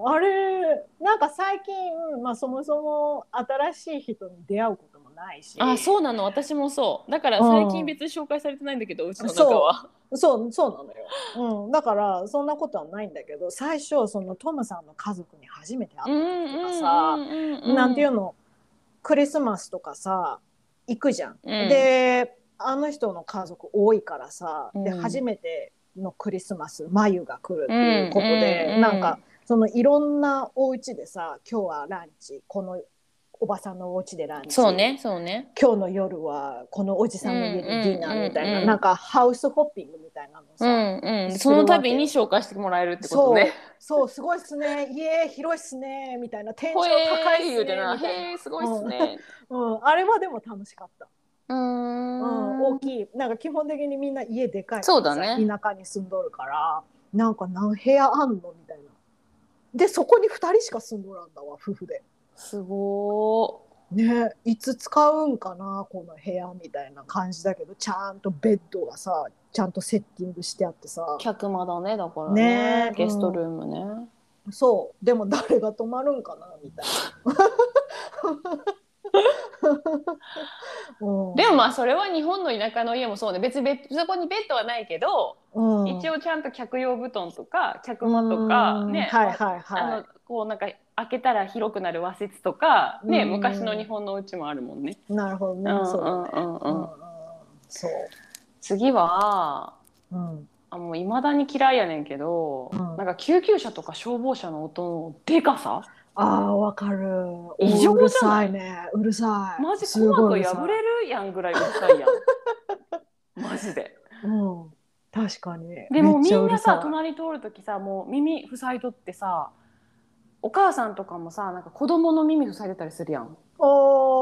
あれなんか最近、まあ、そもそも新しい人に出会うこともないし。 あ、そうなの、私もそうだから最近別に紹介されてないんだけど、うちの中は。 そうそうなのよ、うん、だからそんなことはないんだけど、最初そのトムさんの家族に初めて会った時とかさ、なんていうの、クリスマスとかさ行くじゃん、うん、であの人の家族多いからさ、うん、で初めてのクリスマスマユが来るっていうことで、うんうんうん、なんかそのいろんなお家でさ、今日はランチこのおばさんのお家でランチ、 そうねそうね、 今日の夜はこのおじさんの家でディナーみたいな、うんうんうんうん、なんかハウスホッピングみたいなのさ、 うんうん、その度に紹介してもらえるってことね。 そうそう、すごいっすね、家広いっすねみたいな、天井高いっすねみたいな、 へーすごいっすね、 うんうん、あれはでも楽しかった。 うーん、 うん、大きい、なんか基本的にみんな家でかいからさ、 そうだね、 田舎に住んどるからなんか何部屋あんのみたいな。でそこにふたりしか住んどらんだわ、夫婦で。 すごーね、いつ使うんかなこの部屋みたいな感じだけど、ちゃんとベッドがさちゃんとセッティングしてあってさ、 客間だね、だからね、ね、ゲストルームね、 うん、そうでも誰が泊まるんかなみたいなうん、 でもまあそれは日本の田舎の家もそうね、別にそこにベッドはないけど、うん、一応ちゃんと客用布団とか客間とかね、 はいはいはい、 あのこうなんか開けたら広くなる和室とかね、昔の日本の家もあるもんね。 なるほどね、うん、そうだね、うんうんうん、そう。 次は、うん、あもう未だに嫌いやねんけど、うん、なんか救急車とか消防車の音のでかさ、 ああ、わかる。 異常じゃない？うるさいね。うるさい。 マジ鼓膜破れるやんぐらいうるさいやん。マジで。 うん。確かに。 でもみんなさ、隣通るときさ、もう耳塞いとってさ、お母さんとかもさ、なんか子供の耳塞いでたりするやん。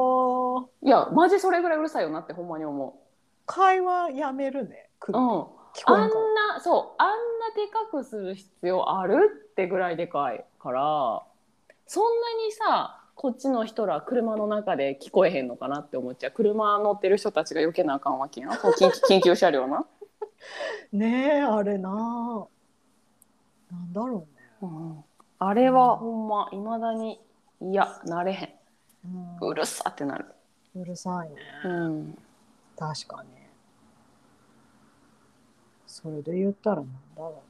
おー。 いや、マジそれぐらいうるさいよなってほんまに思う。 会話やめるね。 うん。 あん聞こえんから。 なそうあんなでかくする必要あるってぐらいでかいから、そんなにさこっちの人ら車の中で聞こえへんのかなって思っちゃう。車乗ってる人たちが避けなあかんわけやん、こう緊緊急車両な、 ねえ、あれな。なんだろうね。 うん、あれはほんまいまだにいやなれへん、 うん、 うるさってなる。 うるさいね。 うん、 確かに。それで言ったらなんだろ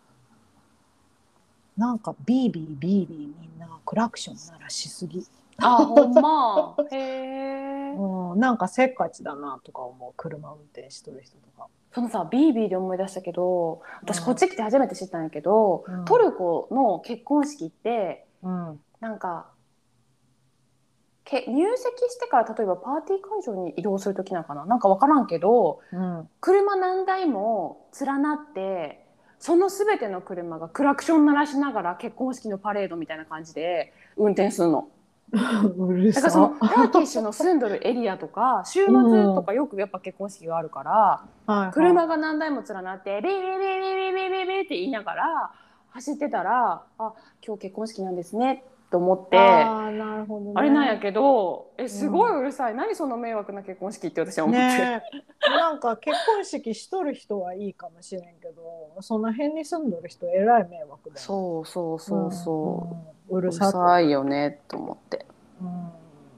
う。なんかビービービービーみんなクラクション鳴らしすぎ。 あほんまへえ。 うん、なんかせっかちだなとか思う。車運転しとる人とか。 そのさ ビービー で思い出したけど、私こっち来て初めて知ったんやけど、 うん、 トルコの結婚式ってうん、 なんかけ入籍してから例えばパーティー会場に移動する時なんかな、なんか分からんけどうん。 車何台も連なってその全ての車がクラクション鳴らしながら結婚式のパレードみたいな感じで運転するの。 うるだからそのさ。 ターキッシュの住んどるエリアとか週うん。は末とかよくやっぱ結婚式があるからいは車が何台も連なってビービービービービービービービーって言いながら走ってたら、あ今日結婚式なんですねと思っい。 て、 ああ、なるほどあれなんやね。 けど、えすごうん。 いうるさい、何その迷惑な結婚式って私は思って。 ねえ。なんか結婚式しとる人はいいかもしれんけど、その辺に住んどる人えらい迷惑だよね。 そうそううそうそん、うん、うう、うるるさと。 さいよねと思って。 うん。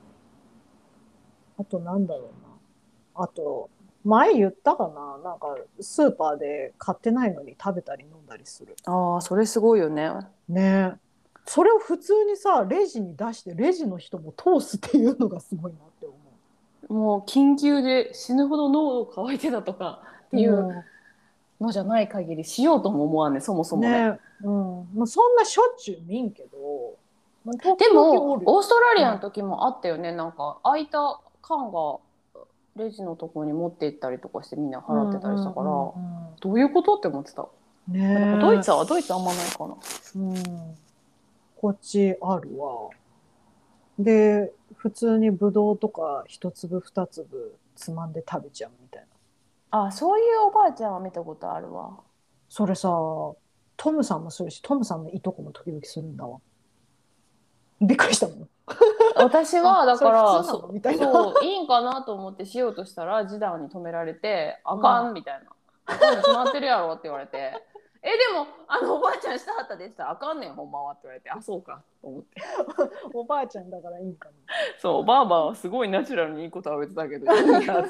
あとなんだろうな。あと、前言ったかな。なんかスーパーで買ってないのに食べたり飲んだりする。 ああそれすごいよね。 ねえ。それを普通にさ、レジに出して、レジの人も通すっていうのがすごいなって思もう緊急で死ぬほど喉乾いてたとかっていうう。 のじゃない限りしようとも思わんね、そもそうん。 もね。 ねえ。うん。まあ、そんなしょっちゅう見んけど、まあ、時で 々おるよ。 もオーストラリアのうん。 時もあったよね、なんか空いた缶がレジのところに持って行ったりとかしてみんなう払ってたりしたから、 んうんどうんういうことって思ってた。 うん。 でもドイねツはドイツあんまないかな。 え。うん。こっちあるわ。で、普通にブドウとか一粒二粒つまんで食べちゃうみたいな。 あそういうおばあちゃんは見たことあるわ。 それさ、トムさんもするし、トムさんのいとこも時々するんだわ。びっくりしたもん。 私あ、 はだかそれ普通なのらそみたいな。 そういいんかなと思ってしようとしたら示談に止められてあうん。 かんみたいな、あかんに決まってるやろって言われてえでもあのおばあちゃんしたはったでしたらあかんねんほんまはって言われて、あそうかと思って。 おばあちゃんだからいいかそうばあばはすごいナチュラルにいいことは言ってたけどいいや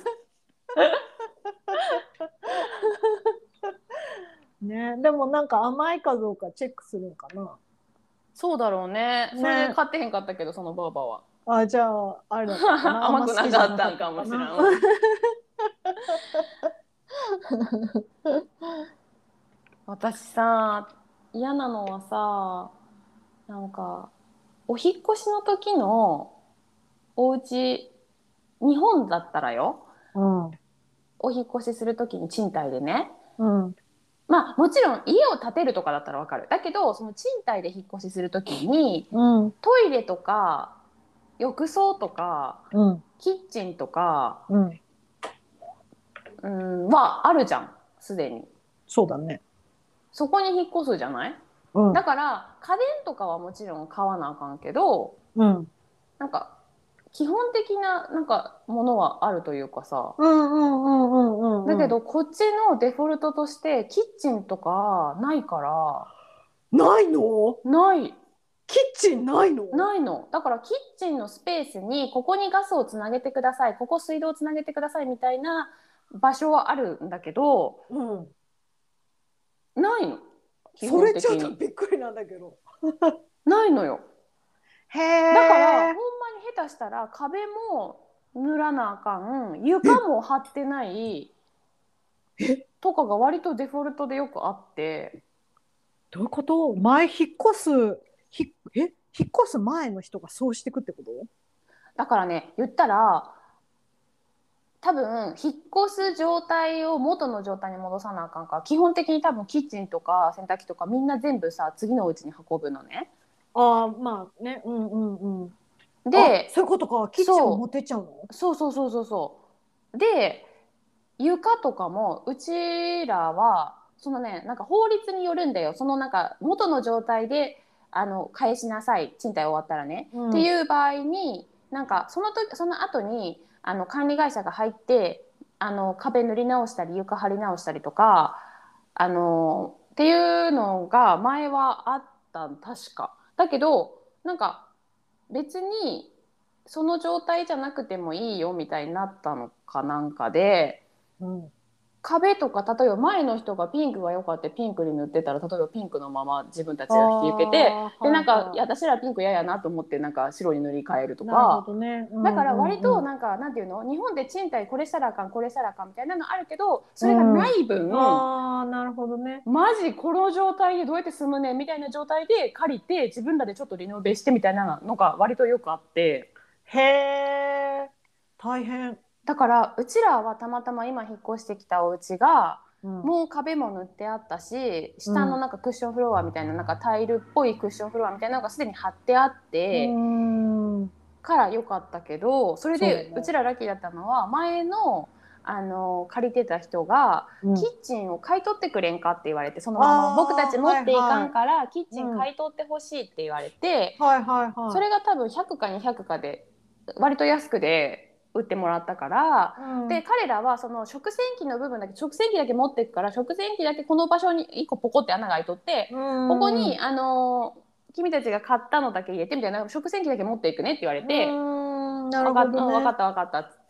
な。ね、でもなんか甘いかどうかチェックするんかな。 そうだろうね。それでね。 買ってへんかったけどそのばあばはあ、じゃあ、あれだったんかな。あんま好甘くなきじゃなかっかったんかたんかな。 もしれんわ。私さ嫌なのはさなんかお引っ越しの時のお家日本だったらよ、 うん。 お引っ越しする時に賃貸でね、 うん。 まあもちろん家を建てるとかだったらわかる。だけどその賃貸で引っ越しする時にうん。 トイレとか浴槽とかうん。 キッチンとか、 うん。 うん、はあるじゃんすでに。 そうだね。 そこに引っ越すじゃない。 うん。 だから家電とかはもちろん買わなあかんけど、 うん。 なんか基本的ななんかものはあるというかさ、 うんうんうんうんうんうん。 だけどこっちのデフォルトとしてキッチンとかないからないの？ ないキッチンないの？ ないの。だからキッチンのスペースにここにガスをつなげてください、ここ水道をつなげてくださいみたいな場所はあるんだけどうん。 ないの。基それちょっと本的にびっくりなんだけど。 ないのよ。 へだからほんまえ。 に下手したら壁も塗らなあかん、床も張ってないとかが割とデフォルトでよくあって。 どういうこと？前引っ越す、ひ、え、引っ越す前の人がそうしてくってこと？ だからね言ったら多分引っ越す状態を元の状態に戻さなあかんから基本的に多分キッチンとか洗濯機とかみんな全部さ次のお家に運ぶのね。 ああ、まあね、うんうんうん。あ、 でそういうことか。キッチンを持ってっちゃうの？ そうそうそうそうそうで床とかもうちらはそのねなんか法律によるんだよ。そのなんか元の状態であの返しなさい、賃貸終わったらね、 うん、 っていう場合になんかその時その後にあの管理会社が入ってあの壁塗り直したり床張り直したりとかあのっていうのが前はあったん確かだけど、なんか別にその状態じゃなくてもいいよみたいになったのかなんかで、 うん、 壁とか例えば前の人がピンクが良かったピンクに塗ってたら、例えばピンクのまま自分たちが引き受けて、でなんか、いや私らピンク嫌やなと思ってなんか白に塗り替えるとなるほか、 どね、うん、 だから割となんか、なんていうの、日本で賃貸これしたらあかんこれしたらあかんみたいなのあるけど、それがない分、 うん、ああなるほどね、 マジこの状態でどうやって住むねんみたいな状態で借りて自分らでちょっとリノベしてみたいなのが割とよくあって、 へえ大変、 だからうちらはたまたま今引っ越してきたお家が、 うん、 もう壁も塗ってあったし、下のなんかクッションフロアみたいな、なんかタイルっぽいクッションフロアみたいなのがすでに貼ってあってうんから良かったけど、それでそうねうちらラッキーだったのは前のあの借りてた人が、 うんキッチンを買い取ってくれんかって言われて、そのまま僕たち持っていかんから、キッチン買い取ってほしいって言われて、 はいはいはい、 それが多分ひゃくかにひゃくかで割と安くで売ってもらったから、 うん、 で彼らはその食洗機の部分だけ食洗機だけ持っていくから、食洗機だけこの場所にいっこポコって穴が開いとって、 うん、 ここにあの君たちが買ったのだけ入れてみたいな、食洗機だけ持っていくねって言われて、 うん、なる分かほどね、 分かった分かったっつって、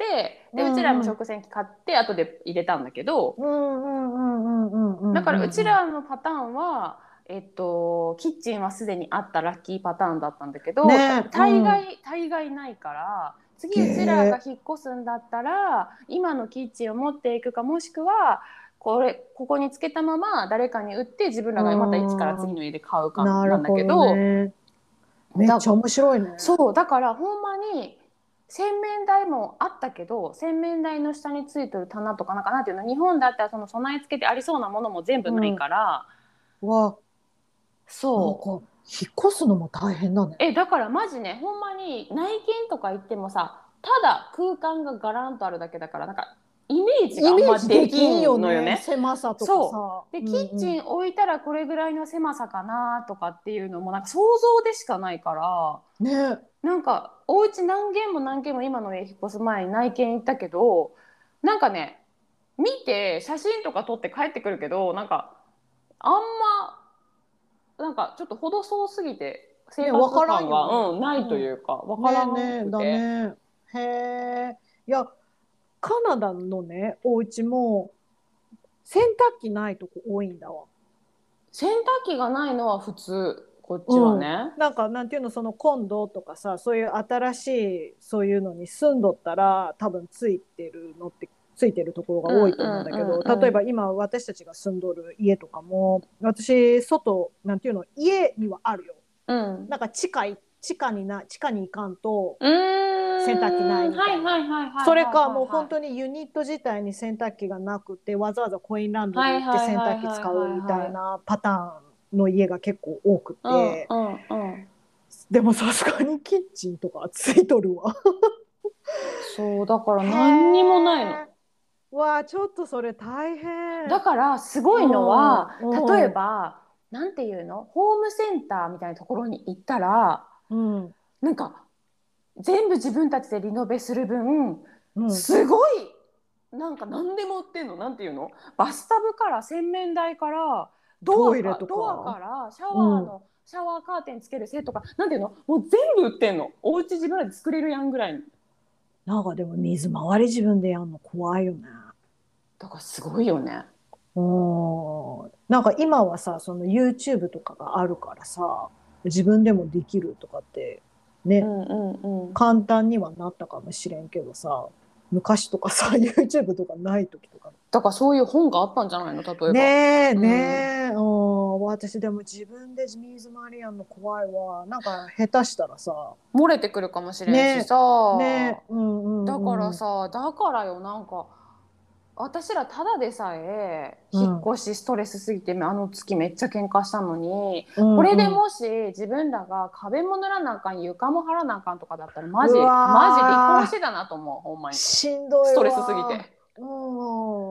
でうんうちらも食洗機買って後で入れたんだけど、 うんうんうんうんうんうん、 だからうちらのパターンは、えっと、キッチンはすでにあったラッキーパターンだったんだけど、 ね、 大概、大概ないから、次うちらが引っ越すんだったら今のキッチンを持っていくか、もしくはこれここにつけたまま誰かに売って自分らがまた一から次の家で買うかなんだけど、 ね、めっちゃ面白いね。 そうだからほんまに洗面台もあったけど、洗面台の下についてる棚とかなんかなんていうの、日本だったらその備え付けてありそうなものも全部ないから、 うん、わ、 そうなんか引っ越すのも大変だね。 えだからマジね、ほんまに内見とか行ってもさ、ただ空間がガランとあるだけだから、なんかイメージがあんまできんのよね。 狭さとかさ。 そうで、キッチン置いたらこれぐらいの狭さかなとかっていうのもなんか想像でしかないから、 ね、 なんかお家何軒も何軒も今の家引っ越す前に内見行ったけど、なんかね見て写真とか撮って帰ってくるけど、なんかあんまなんかちょっと程そうすぎて生活感が、ねうん、ないというか分からなくて、 ねねだね、へえ。いやカナダのねお家も洗濯機ないとこ多いんだわ。 洗濯機がないのは普通こっちはね、 うん、なんかなんていうの、そのコンドとかさ、そういう新しいそういうのに住んどったら多分ついてるのってついてるところが多いと思うんだけど、 うんうんうんうん、 例えば今私たちが住んどる家とかも、私外なんていうの家にはあるよ、 うん、 なんか地下地下にな地下に行かんとうーん洗濯機ないみたいな、それかもう本当にユニット自体に洗濯機がなくてわざわざコインランドリー行って洗濯機使うみたいなパターンの家が結構多くて、 うんうんうん、 でもさすがにキッチンとかついとるわそうだから何にもないの。 わあちょっとそれ大変だからすごいのは、 うん、 例えばなんていうの、ホームセンターみたいなところに行ったら、 うん、 なんか全部自分たちでリノベする分、 うん、 すごいなんか何でも売ってんの。なんていうの、バスタブから洗面台からドアかドアからシャワーの、うん、シャワーカーテンつけるセットか、なんていうの、もう全部売ってんの。お家自分らで作れるやんぐらい。 なんかでも水回り自分でやるの怖いよね。 だからすごいよね。 うん、なんか今はさその YouTube とかがあるからさ自分でもできるとかってね、うんうんうん、簡単にはなったかもしれんけどさ、昔とかさ YouTube とかない時とかだからそういう本があったんじゃないの、例えば。 ねえねえ、うん、私でも自分で水回りやんの怖いわ。なんか下手したらさ漏れてくるかもしれんしさ、ねね、 うんうんうん、 だからさ、だからよ、なんか私らただでさえ引っ越しストレスすぎて、うん、あの月めっちゃ喧嘩したのに、うんうん、これでもし自分らが壁も塗らなあかん床も張らなあかんとかだったらマジマジ離婚してたなと思う。ほんまにしんどいわ、 ストレスすぎて。 うん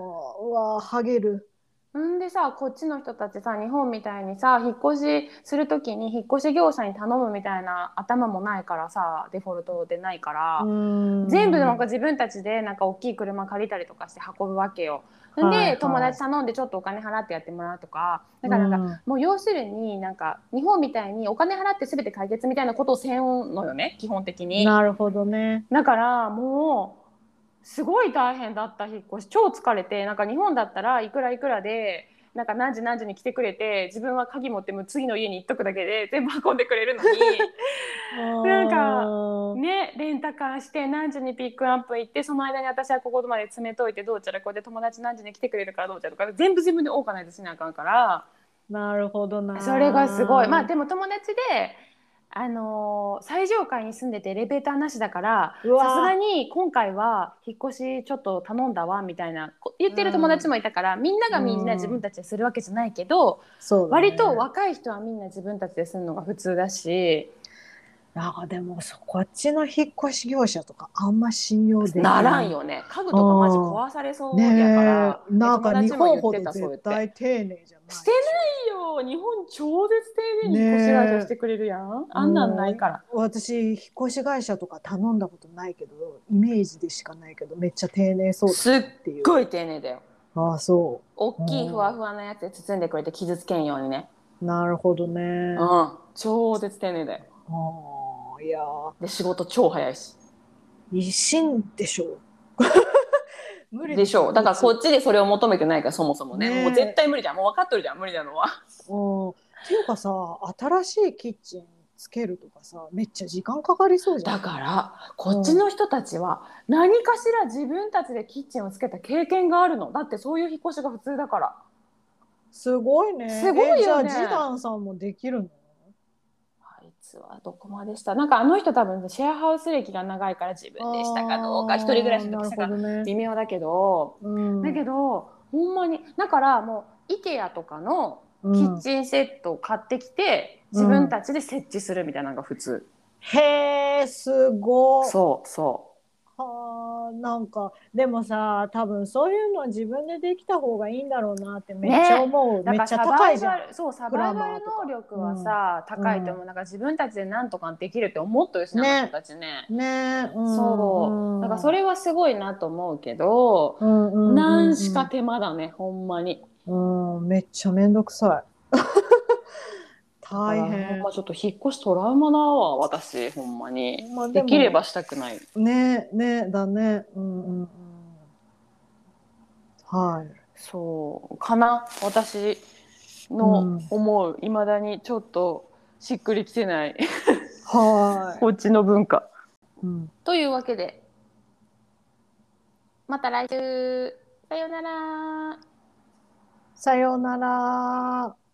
うわハゲる。 んでさ、こっちの人たちさ、日本みたいにさ、引っ越しするときに引っ越し業者に頼むみたいな頭もないからさ、デフォルトでないかうら、 ーん全部なんか自分たちでなんか大きい車借りたりとかして運ぶわけよ。んで、 はいはい友達頼んでちょっとお金払ってやってもらうとか、だからなんか、もう要するになんか日本みたいにお金払って全て解決みたいなことをせんのよね、基本的うん、 に。 なるほどね。 だからもうすごい大変だった。引っ越し超疲れて、なんか日本だったらいくらいくらでなんか何時何時に来てくれて、自分は鍵持ってもう次の家に行っとくだけで全部運んでくれるのになんかね、レンタカーして何時にピックアップ行って、その間に私はここまで詰めといて、どうちゃらこれで友達何時に来てくれるからどうちゃらとか全部自分でオーガナイズしなあかんから、 なるほどな。 それがすごい。まあでも友達であのー最上階に住んでてエレベーターなしだから、 うわさすがに今回は引っ越しちょっと頼んだわみたいなこ言ってる友達もいたから、みんながみんな自分たちでするわけじゃないけど、 そうだね、 割と若い人はみんな自分たちでするのが普通だし、 なんかでもそこっちの引っ越し業者とかあんま信用できない。 ならんよね。家具とかマジ壊されそうねやから、 え、なんか日友達も言本ほどってた、そう言絶って。 対丁寧じゃないでしょ。 してないよ。日本超絶丁寧に引っ越し会社してくれるやん。あんなんないから。 うん、私引っ越し会社とか頼んだことないけど、イメージでしかないけどめっちゃ丁寧そうすっだっていう。 ごい丁寧だよ。 ああそう。 大きいふわふわなやつで包んでくれて傷つけんようにね。 なるほどね。 うん、超絶丁寧だよ。 ああいやで仕事超早いし。 一心でしょう。無理でしょう。だからこっっちでそれを求めてないからそもそもね。 ねえもう絶対無理じゃん。もう分かっとるじゃん。無理なのは。 うんっていうかさ、新しいキッチンつけるとかさ、めっちゃ時間かかりそうじゃん。 だからこっちの人たちは何かしら自分たちでキッチンをつけた経験があるの。だってそういう引っ越しが普通だから。 すごいね。 すごいよねえじゃあジダンさんもできるの？ あいつはどこまでした。なんかあの人多分シェアハウス歴が長いから自分でしたかどうか、一人暮らしの時したか微妙だけど、 うん、 だけどほんまにだからもう IKEA とかのキッチンセットを買ってきて、うん、自分たちで設置するみたいなのが普通。 へーすごい。 そうそうはあ、なんかでもさ、多分そういうの自分でできた方がいいんだろうなってめっちゃ思う、ね、めっちゃ高いじゃん。 そうサバイバル能力はさ、うん、高いと思う。なんか自分たちでなんとかできるって思っとるしね、あの人たちね。 ね、うん、 そう、だからそれはすごいなと思うけど、うんうんうんうん、なんしか手間だね、ほんまに。 うん、めっちゃめんどくさい。大変。 ほんまちょっと引っ越しトラウマだわ、私ほんまに、まあ、で, できればしたくない。 ねねだね。うんうんうん。はい。 そうかな、私の思う、いま、うん、だにちょっとしっくりきてないはいこっちの文化、 うん、 というわけでまた来週、さようなら。 さようなら。